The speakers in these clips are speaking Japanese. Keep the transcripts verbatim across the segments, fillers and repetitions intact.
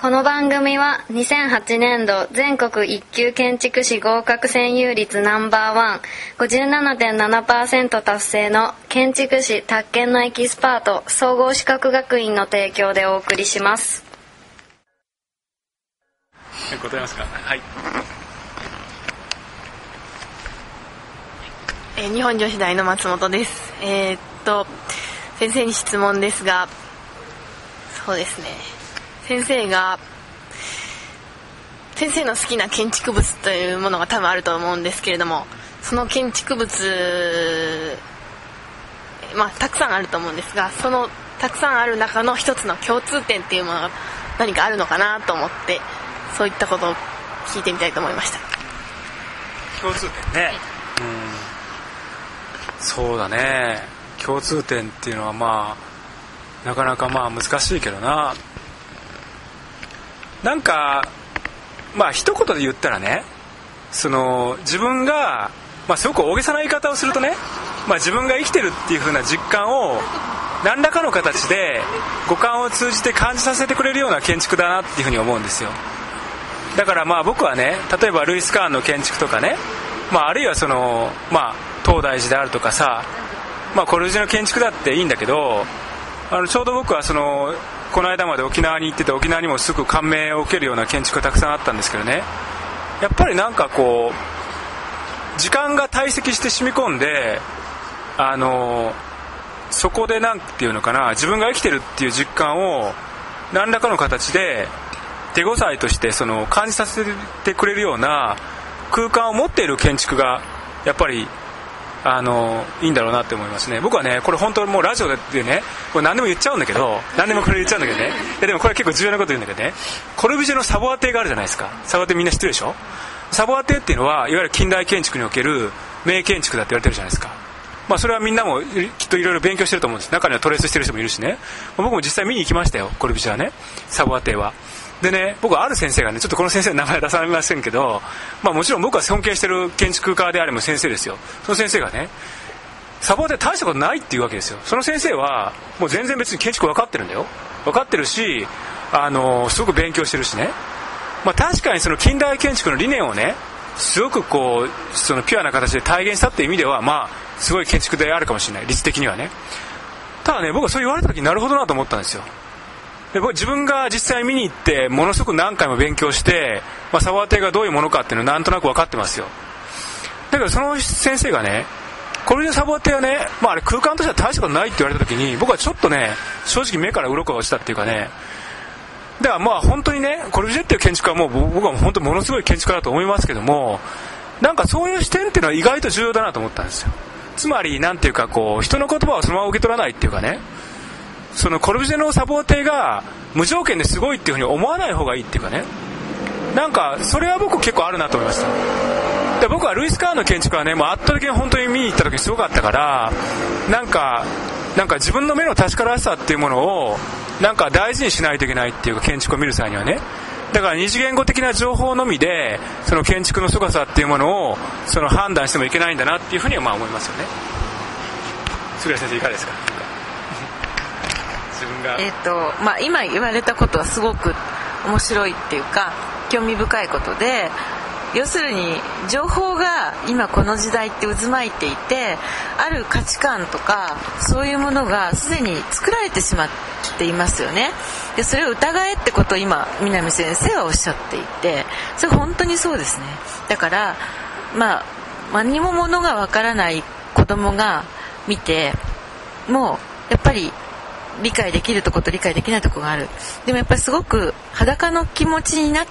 この番組はにせんはちねんど全国一級建築士合格占有率ナンバーワン ごじゅうななてんななパーセント 達成の建築士宅建のエキスパート総合資格学院の提供でお送りします。 答えますか。はい。 えー、日本女子大の松本です。えー、っと先生に質問ですが、そうですね。先生が先生の好きな建築物というものが多分あると思うんですけれども、その建築物、まあたくさんあると思うんですが、そのたくさんある中の一つの共通点っていうものが何かあるのかなと思って、そういったことを聞いてみたいと思いました。 共通点ね、うん、そうだね。共通点っていうのはまあなかなかまあ難しいけどな。なんかまあ一言で言ったらね、その自分が、まあ、すごく大げさな言い方をするとね、まあ、自分が生きてるっていう風な実感を何らかの形で五感を通じて感じさせてくれるような建築だなっていう風に思うんですよ。だからまあ僕はね、例えばルイス・カーンの建築とかね、まあ、あるいはその、まあ、東大寺であるとかさ、まあ、コルビュジエの建築だっていいんだけど、あのちょうど僕はそのこの間まで沖縄に行ってて、沖縄にもすぐ感銘を受けるような建築がたくさんあったんですけどね、やっぱりなんかこう時間が堆積して染み込んで、あのそこでなんていうのかな、自分が生きてるっていう実感を何らかの形で手応えとしてその感じさせてくれるような空間を持っている建築がやっぱりあのいいんだろうなって思いますね。僕はね、これ本当もうラジオでね、これ何でも言っちゃうんだけど、何でもこれ言っちゃうんだけどね、いやでもこれ結構重要なこと言うんだけどね、コルビュジエのサボア邸があるじゃないですか。サボア邸みんな知ってるでしょ。サボア邸っていうのはいわゆる近代建築における名建築だって言われてるじゃないですか。まあそれはみんなもきっといろいろ勉強してると思うんです。中にはトレースしてる人もいるしね。僕も実際見に行きましたよ、コルビュジエはね、サボア邸は。でね、僕はある先生がね、ちょっとこの先生の名前は出されませんけど、まあもちろん僕は尊敬してる建築家であれば先生ですよ。その先生がね、サボア邸大したことないっていうわけですよ。その先生はもう全然別に建築分かってるんだよ。分かってるし、あのすごく勉強してるしね。まあ確かにその近代建築の理念をね、すごくこうそのピュアな形で体現したっていう意味では、まあすごい建築であるかもしれない、律的にはね。ただね、僕はそう言われた時になるほどなと思ったんですよ。で僕自分が実際見に行ってものすごく何回も勉強して、まあ、サボア邸がどういうものかっていうのはなんとなく分かってますよ。だけどその先生がね、コルビュジエのサボア邸はね、まあ、あれ空間としては大したことないって言われた時に、僕はちょっとね正直目から鱗が落ちたっていうかね。だからまあ本当にね、コルビュジエっていう建築家はもう僕は本当にものすごい建築家だと思いますけども、なんかそういう視点っていうのは意外と重要だなと思ったんですよ。つまりなんていうか、こう人の言葉をそのまま受け取らないっていうかね、そのコルビュジエのサボア邸が無条件ですごいっていうふうに思わない方がいいっていうかね、なんかそれは僕結構あるなと思いました。で僕はルイス・カーンの建築はね、もう圧倒的に本当に見に行った時にすごかったから、なんかなんか自分の目の確からしさっていうものをなんか大事にしないといけないっていうか、建築を見る際にはね。だから二次元語的な情報のみでその建築の凄さっていうものをその判断してもいけないんだなっていうふうにはまあ思いますよね。杉浦先生いかがですか。自分がえーとまあ、今言われたことはすごく面白いっていうか興味深いことで、要するに情報が今この時代って渦巻いていて、ある価値観とかそういうものがすでに作られてしまっていますよね。でそれを疑えってことを今南先生はおっしゃっていて、それ本当にそうですね。だからまあ何もものがわからない子供が見てもやっぱり理解できるところと理解できないところがある。でもやっぱりすごく裸の気持ちになって、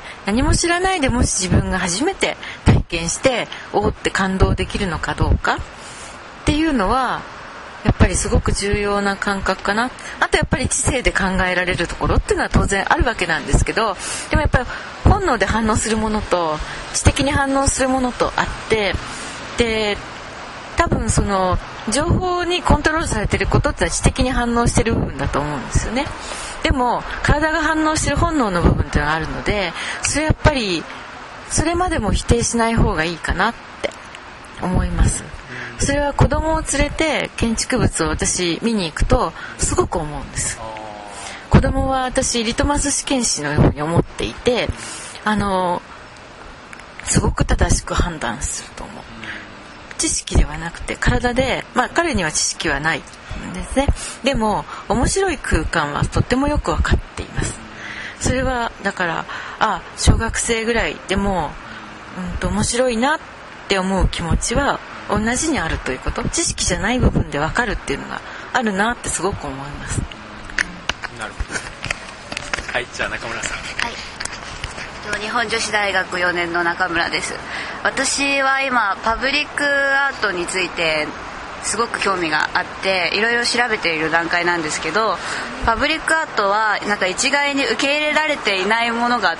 何も知らないでもし自分が初めて体験しておーって感動できるのかどうかっていうのはやっぱりすごく重要な感覚かな。あとやっぱり知性で考えられるところっていうのは当然あるわけなんですけど、でもやっぱり本能で反応するものと知的に反応するものとあって、で多分その情報にコントロールされていることってのは知的に反応している部分だと思うんですよね。でも体が反応している本能の部分っていうのがあるので、それやっぱりそれまでも否定しない方がいいかなって思います。それは子供を連れて建築物を私見に行くとすごく思うんです。 子供は私リトマス試験紙のように思っていて、あのすごく正しく判断すると思う。知識ではなくて体で、まあ彼には知識はないんですね。でも面白い空間はとってもよく分かっています。それはだからあ小学生ぐらいでも、うん、と面白いなって思う気持ちは同じにあるということ、知識じゃない部分で分かるっていうのがあるなってすごく思います。 なるほど。はい、じゃあ中村さん。 はい、日本女子大学よねんの中村です。私は今パブリックアートについてすごく興味があっていろいろ調べている段階なんですけど、パブリックアートはなんか一概に受け入れられていないものがあって、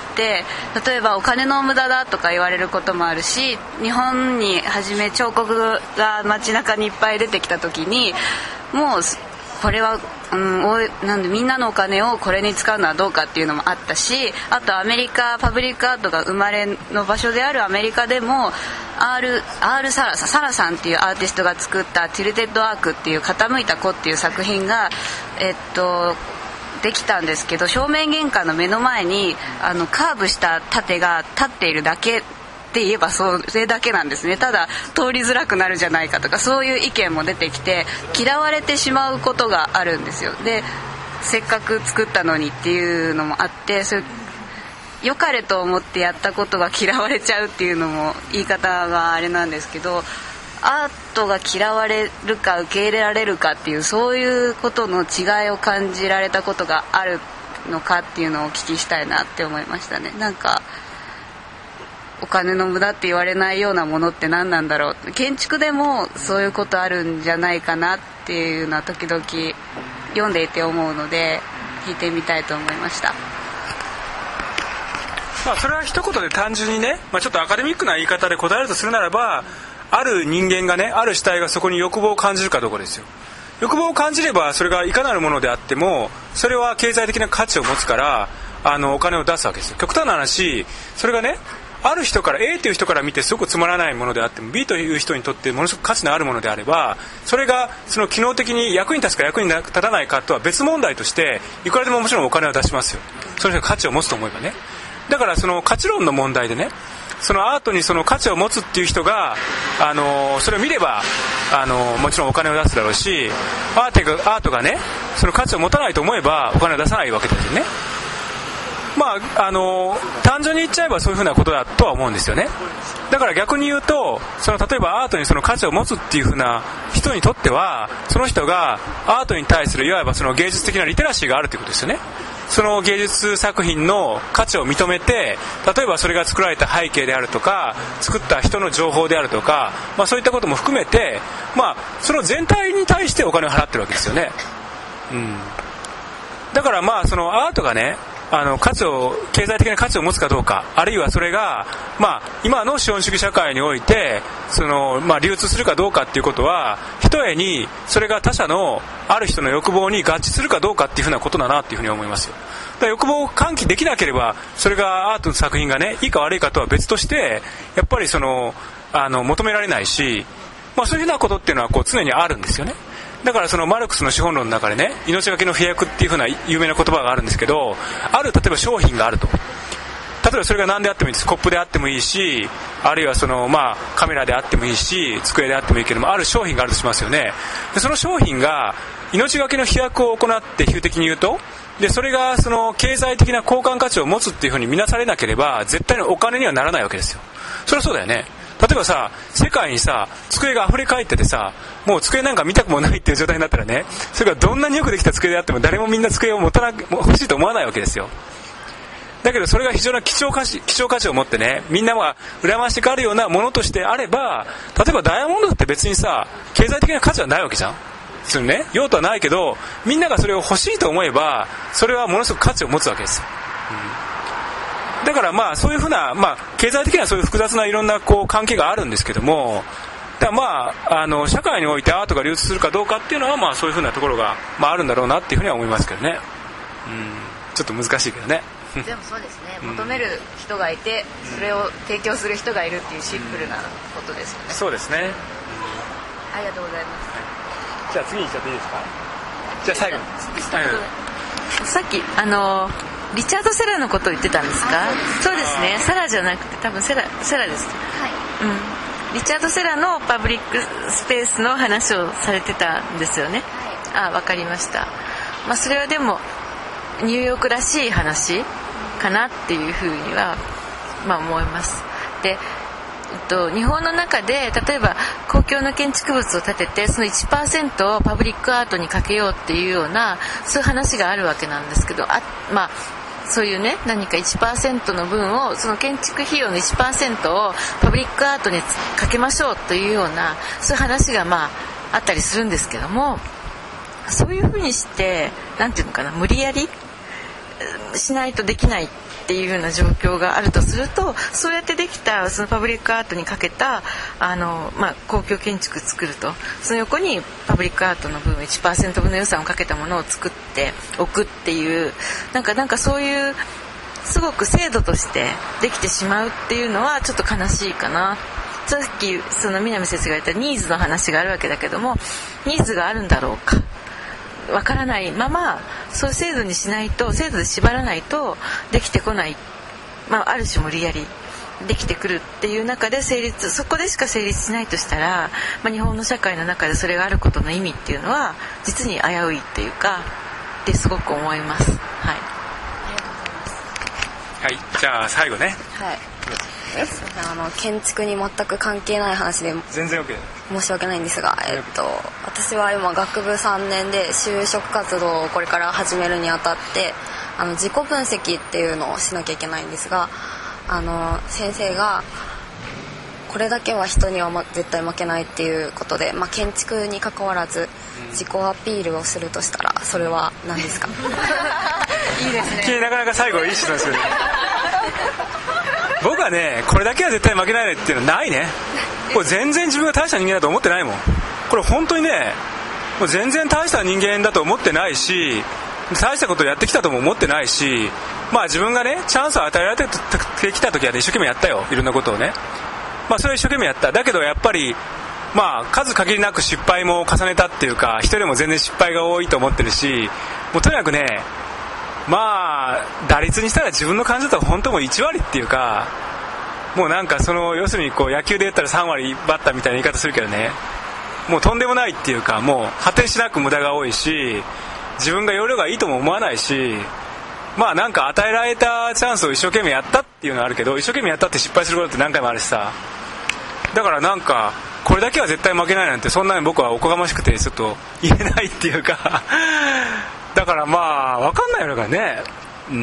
例えばお金の無駄だとか言われることもあるし、日本に初め彫刻が街中にいっぱい出てきた時にもうこれは、うん、おなんでみんなのお金をこれに使うのはどうかっていうのもあったし、あとアメリカパブリックアートが生まれの場所であるアメリカでも R, R サラさんサラさんっていうアーティストが作ったティルテッドアークっていう傾いた子っていう作品がえっとできたんですけど、正面玄関の目の前にあのカーブした盾が立っているだけって言えばそれだけなんですね。ただ通りづらくなるじゃないかとかそういう意見も出てきて嫌われてしまうことがあるんですよ。でせっかく作ったのにっていうのもあって、それ良かれと思ってやったことが嫌われちゃうっていうのも言い方があれなんですけど、アートが嫌われるか受け入れられるかっていうそういうことの違いを感じられたことがあるのかっていうのをお聞きしたいなって思いましたね。なんかお金の無駄って言われないようなものって何なんだろう、建築でもそういうことあるんじゃないかなっていうのは時々読んでいて思うので聞いてみたいと思いました。 まあ、それは一言で単純にね、まあ、ちょっとアカデミックな言い方で答えるとするならば、ある人間がね、ある主体がそこに欲望を感じるかどうかですよ。欲望を感じればそれがいかなるものであってもそれは経済的な価値を持つからあのお金を出すわけですよ。極端な話、それがねある人から A という人から見てすごくつまらないものであっても B という人にとってものすごく価値のあるものであれば、それがその機能的に役に立つか役に立たないかとは別問題としていくらでももちろんお金は出しますよ。その人が価値を持つと思えばね。だからその価値論の問題でね、そのアートにその価値を持つっていう人があのそれを見ればあのもちろんお金を出すだろうし、アーテがアートがねその価値を持たないと思えばお金を出さないわけですよね。まあ、あの単純に言っちゃえばそういうふうなことだとは思うんですよね。だから逆に言うとその例えばアートにその価値を持つっていうふうな人にとってはその人がアートに対するいわばその芸術的なリテラシーがあるということですよね。その芸術作品の価値を認めて、例えばそれが作られた背景であるとか作った人の情報であるとか、まあ、そういったことも含めて、まあ、その全体に対してお金を払ってるわけですよね、うん、だからまあそのアートがねあの価値を経済的な価値を持つかどうか、あるいはそれが、まあ、今の資本主義社会においてその、まあ、流通するかどうかっていうことはひとえにそれが他者のある人の欲望に合致するかどうかっていうふうなことだなっていうふうに思いますよ。だから欲望を喚起できなければそれがアートの作品がねいいか悪いかとは別としてやっぱりそのあの求められないし、まあ、そういうふうなことっていうのはこう常にあるんですよね。だからそのマルクスの資本論の中でね、命がけの飛躍っていう風な有名な言葉があるんですけど、ある例えば商品があると、例えばそれが何であってもいいです。コップであってもいいし、あるいはそのまあカメラであってもいいし、机であってもいいけども、ある商品があるとしますよね。でその商品が命がけの飛躍を行って比喩的に言うと、でそれがその経済的な交換価値を持つっていう風に見なされなければ絶対にお金にはならないわけですよ。それはそうだよね。例えばさ、世界にさ机が溢れ返っててさ、もう机なんか見たくもないっていう状態になったらね、それがどんなによくできた机であっても誰もみんな机を持たな欲しいと思わないわけですよ。だけどそれが非常な希少価値、希少価値を持ってね、みんなが羨ましがるようなものとしてあれば、例えばダイヤモンドって別にさ経済的な価値はないわけじゃん。それね、用途はないけどみんながそれを欲しいと思えばそれはものすごく価値を持つわけですよ、うん、だからまあそういうふうな、まあ、経済的にはそういう複雑ないろんなこう関係があるんですけども、だからまあ、あの社会においてアートが流通するかどうかっていうのはまあそういうふうなところが、まあ、あるんだろうなっていうふうには思いますけどね、うん、ちょっと難しいけどね。 でもそうですね、求める人がいてそれを提供する人がいるっていうシンプルなことですよね、うん、 そうですね、うん、 ありがとうございます、 はい、じゃあ次に行っちゃっていいですか。じゃあ最後に、はい、 さっきあのリチャード・セラのことを言ってたんですか？そうですね、サラじゃなくて多分セラ、セラです、はい、うん、リチャード・セラのパブリックスペースの話をされてたんですよね、はい、あ、わかりました。まあ、それはでもニューヨークらしい話かなっていうふうには、まあ、思います。で、日本の中で例えば公共の建築物を建ててその いちパーセント をパブリックアートにかけようっていうようなそういう話があるわけなんですけど、あ、まあそういうね、何か いちパーセント の分をその建築費用の いちパーセント をパブリックアートにかけましょうというようなそういう話がまああったりするんですけども、そういうふうにしてなんていうのかな、無理やりしないとできないっていうような状況があるとすると、そうやってできたそのパブリックアートにかけたあの、まあ、公共建築作ると、その横にパブリックアートの分 いちパーセント 分の予算をかけたものを作っておくっていう、なんかなんかそういうすごく制度としてできてしまうっていうのはちょっと悲しいかな。さっきその南先生が言ったニーズの話があるわけだけども、ニーズがあるんだろうかわからないまま、そういう制度にしないと、制度で縛らないとできてこない、まあ、ある種無理やりできてくるっていう中で成立、そこでしか成立しないとしたら、まあ、日本の社会の中でそれがあることの意味っていうのは実に危ういっていうかってすごく思います。はい、 はい、じゃあ最後ね。 はい、あの建築に全く関係ない話で全然 OK、 申し訳ないんですが、えっと、私は今学部さんねんで就職活動をこれから始めるにあたってあの自己分析っていうのをしなきゃいけないんですが、あの先生がこれだけは人には、ま、絶対負けないっていうことで、まあ、建築に関わらず自己アピールをするとしたらそれは何ですか？ いいですね。 なかなか最後いい質問ですよね。僕はね、これだけは絶対負けないねっていうのはないね。これ全然自分が大した人間だと思ってないもん。これ本当にね、もう全然大した人間だと思ってないし、大したことをやってきたとも思ってないし、まあ自分がねチャンスを与えられてきた時は、ね、一生懸命やったよ、いろんなことをね。まあそれは一生懸命やった。だけどやっぱりまあ数限りなく失敗も重ねたっていうか、人でも全然失敗が多いと思ってるし、もうとにかくね、まあ打率にしたら自分の感じだと本当もういち割っていうか、もうなんかその要するにこう野球で言ったらさん割バッターみたいな言い方するけどね、もうとんでもないっていうか、もう果てしなく無駄が多いし、自分が容量がいいとも思わないし、まあなんか与えられたチャンスを一生懸命やったっていうのはあるけど、一生懸命やったって失敗することって何回もあるしさ、だからなんかこれだけは絶対負けないなんて、そんなに僕はおこがましくてちょっと言えないっていうかだからまあ分かんないのがね、うん、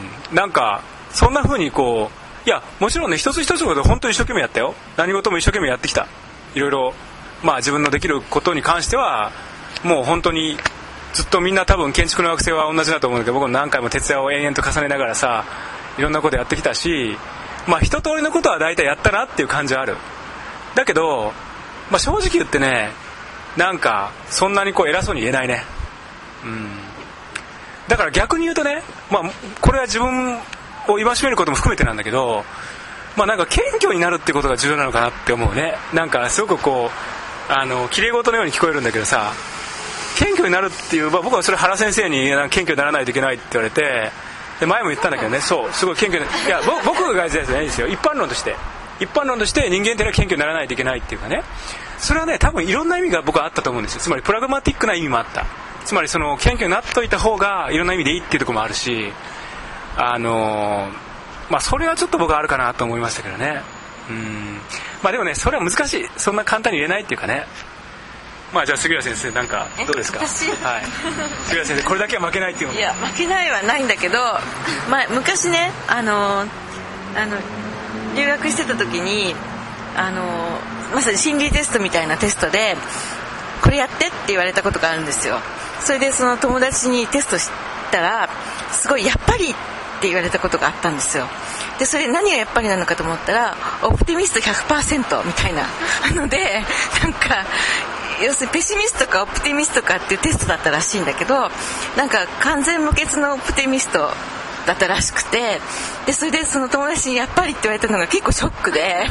なんかそんな風にこう、いやもちろんね、一つ一つのこと本当に一生懸命やったよ。何事も一生懸命やってきた。いろいろまあ自分のできることに関してはもう本当にずっとみんな多分建築の学生は同じだと思うんだけど、僕も何回も徹夜を延々と重ねながらさ、いろんなことやってきたし、まあ一通りのことは大体やったなっていう感じはある。だけど、まあ、正直言ってね、なんかそんなにこう偉そうに言えないね。うん。だから逆に言うとね、まあこれは自分を戒めることも含めてなんだけど、まあなんか謙虚になるってことが重要なのかなって思うね。なんかすごくこうあの綺麗事のように聞こえるんだけどさ、謙虚になるっていう、まあ、僕はそれ原先生に謙虚にならないといけないって言われて、で前も言ったんだけどね、そうすごい謙虚に、いや僕が言ったやつじゃないんですよ。一般論として一般論として人間ってのは謙虚にならないといけないっていうかね、それはね多分いろんな意味が僕はあったと思うんですよ。つまりプラグマティックな意味もあった。つまりその謙虚になっといた方がいろんな意味でいいっていうところもあるし、あのまあそれはちょっと僕はあるかなと思いましたけどね。うん、まあでもねそれは難しい。そんな簡単に言えないっていうかね。まあじゃあ杉浦先生なんかどうですか？ 私、 はい、杉浦先生これだけは負けないっていうの。 いや負けないはないんだけど、まあ、昔ねあのあの留学してた時にあのまさに心理テストみたいなテストでこれやってって言われたことがあるんですよ。それでその友達にテストしたらすごいやっぱりって言われたことがあったんですよ。でそれ何がやっぱりなのかと思ったらオプティミスト ひゃくパーセント みたいなので、なんか要するにペシミストかオプティミストかっていうテストだったらしいんだけど、なんか完全無欠のオプティミストだったらしくて、でそれでその友達にやっぱりって言われたのが結構ショックで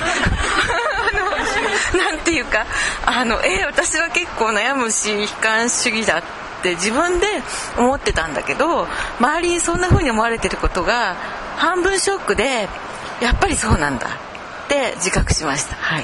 なんていうかあの、えー、私は結構悩むし悲観主義だっって自分で思ってたんだけど、周りにそんな風に思われてることが半分ショックで、やっぱりそうなんだって自覚しました。はい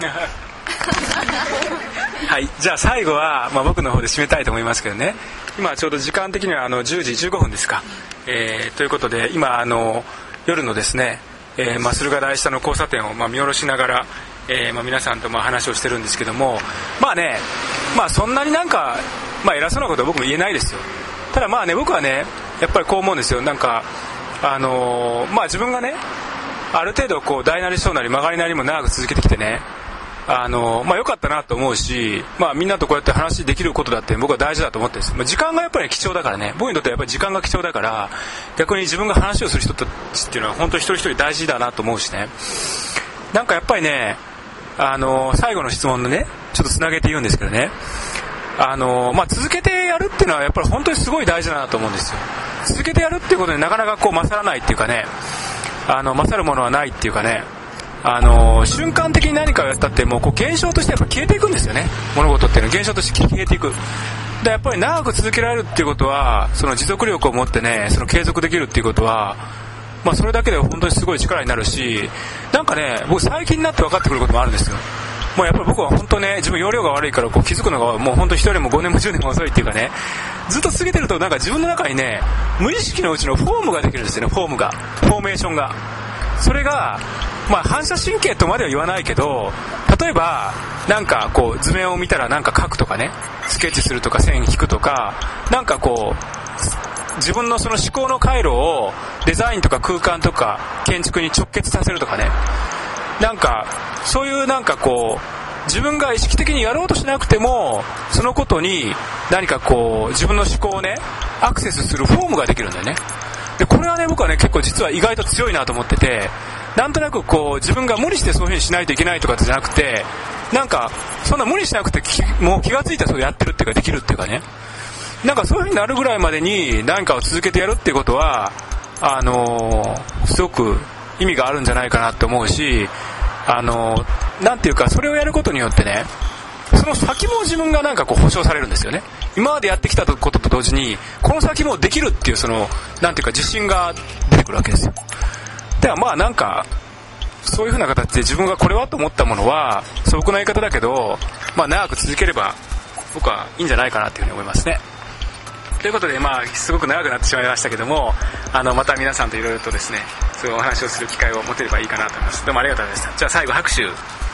はい、じゃあ最後は、まあ、僕の方で締めたいと思いますけどね。今ちょうど時間的にはあのじゅうじじゅうごふんですか、えー、ということで今あの夜のですね、えーまあ、駿河台下の交差点をまあ見下ろしながら、えーまあ、皆さんとまあ話をしてるんですけども、まあね、まあ、そんなになんか、まあ、偉そうなことは僕も言えないですよ。ただまあね、僕はねやっぱりこう思うんですよ。なんかあのー、まあ自分がねある程度こう大なり小なり曲がりなりも長く続けてきてね、あのまあ、良かったなと思うし、まあ、みんなとこうやって話できることだって僕は大事だと思ってるんです。まあ、時間がやっぱり貴重だからね、僕にとってはやっぱり時間が貴重だから、逆に自分が話をする人たちっていうのは本当に一人一人大事だなと思うしね。なんかやっぱりね、あの最後の質問のねちょっとつなげて言うんですけどね、あの、まあ、続けてやるっていうのはやっぱり本当にすごい大事だなと思うんですよ。続けてやるっていうことでなかなかこう勝らないっていうかね、あの勝るものはないっていうかね、あの瞬間的に何かをやったってもうこう現象としてやっぱ消えていくんですよね。物事っていうのは現象として消えていく。でやっぱり長く続けられるっていうことは、その持続力を持ってね、その継続できるっていうことは、まあ、それだけで本当にすごい力になるし、なんかね僕最近になって分かってくることもあるんですよ。もうやっぱり僕は本当ね、自分容量が悪いからこう気づくのがもう本当一人もごねんもじゅうねんも遅いっていうかね、ずっと続けてるとなんか自分の中にね無意識のうちのフォームができるんですよね。フォームがフォーメーションが、それがまあ反射神経とまでは言わないけど、例えばなんかこう図面を見たらなんか描くとかね、スケッチするとか線引くとか、なんかこう自分のその思考の回路をデザインとか空間とか建築に直結させるとかね、なんかそういうなんかこう自分が意識的にやろうとしなくてもそのことに何かこう自分の思考をねアクセスするフォームができるんだよね。でこれはね僕はね結構実は意外と強いなと思ってて、なんとなくこう自分が無理してそういう風にしないといけないとかじゃなくて、なんかそんな無理しなくてもう気がついたらそれやってるっていうかできるっていうかね、なんかそういう風になるぐらいまでに何かを続けてやるっていうことはあのー、すごく意味があるんじゃないかなと思うし、あのー、なんていうかそれをやることによってね、その先も自分がなんかこう保証されるんですよね。今までやってきたことと同時にこの先もできるっていうそのなんていうか自信が出てくるわけですよ。ではまあなんかそういう風な形で自分がこれはと思ったものは素朴な言い方だけど、まあ長く続ければ僕はいいんじゃないかなというふうに思いますね。ということでまあすごく長くなってしまいましたけども、あのまた皆さんといろいろとですねそういうお話をする機会を持てればいいかなと思います。どうもありがとうございました。じゃあ最後拍手。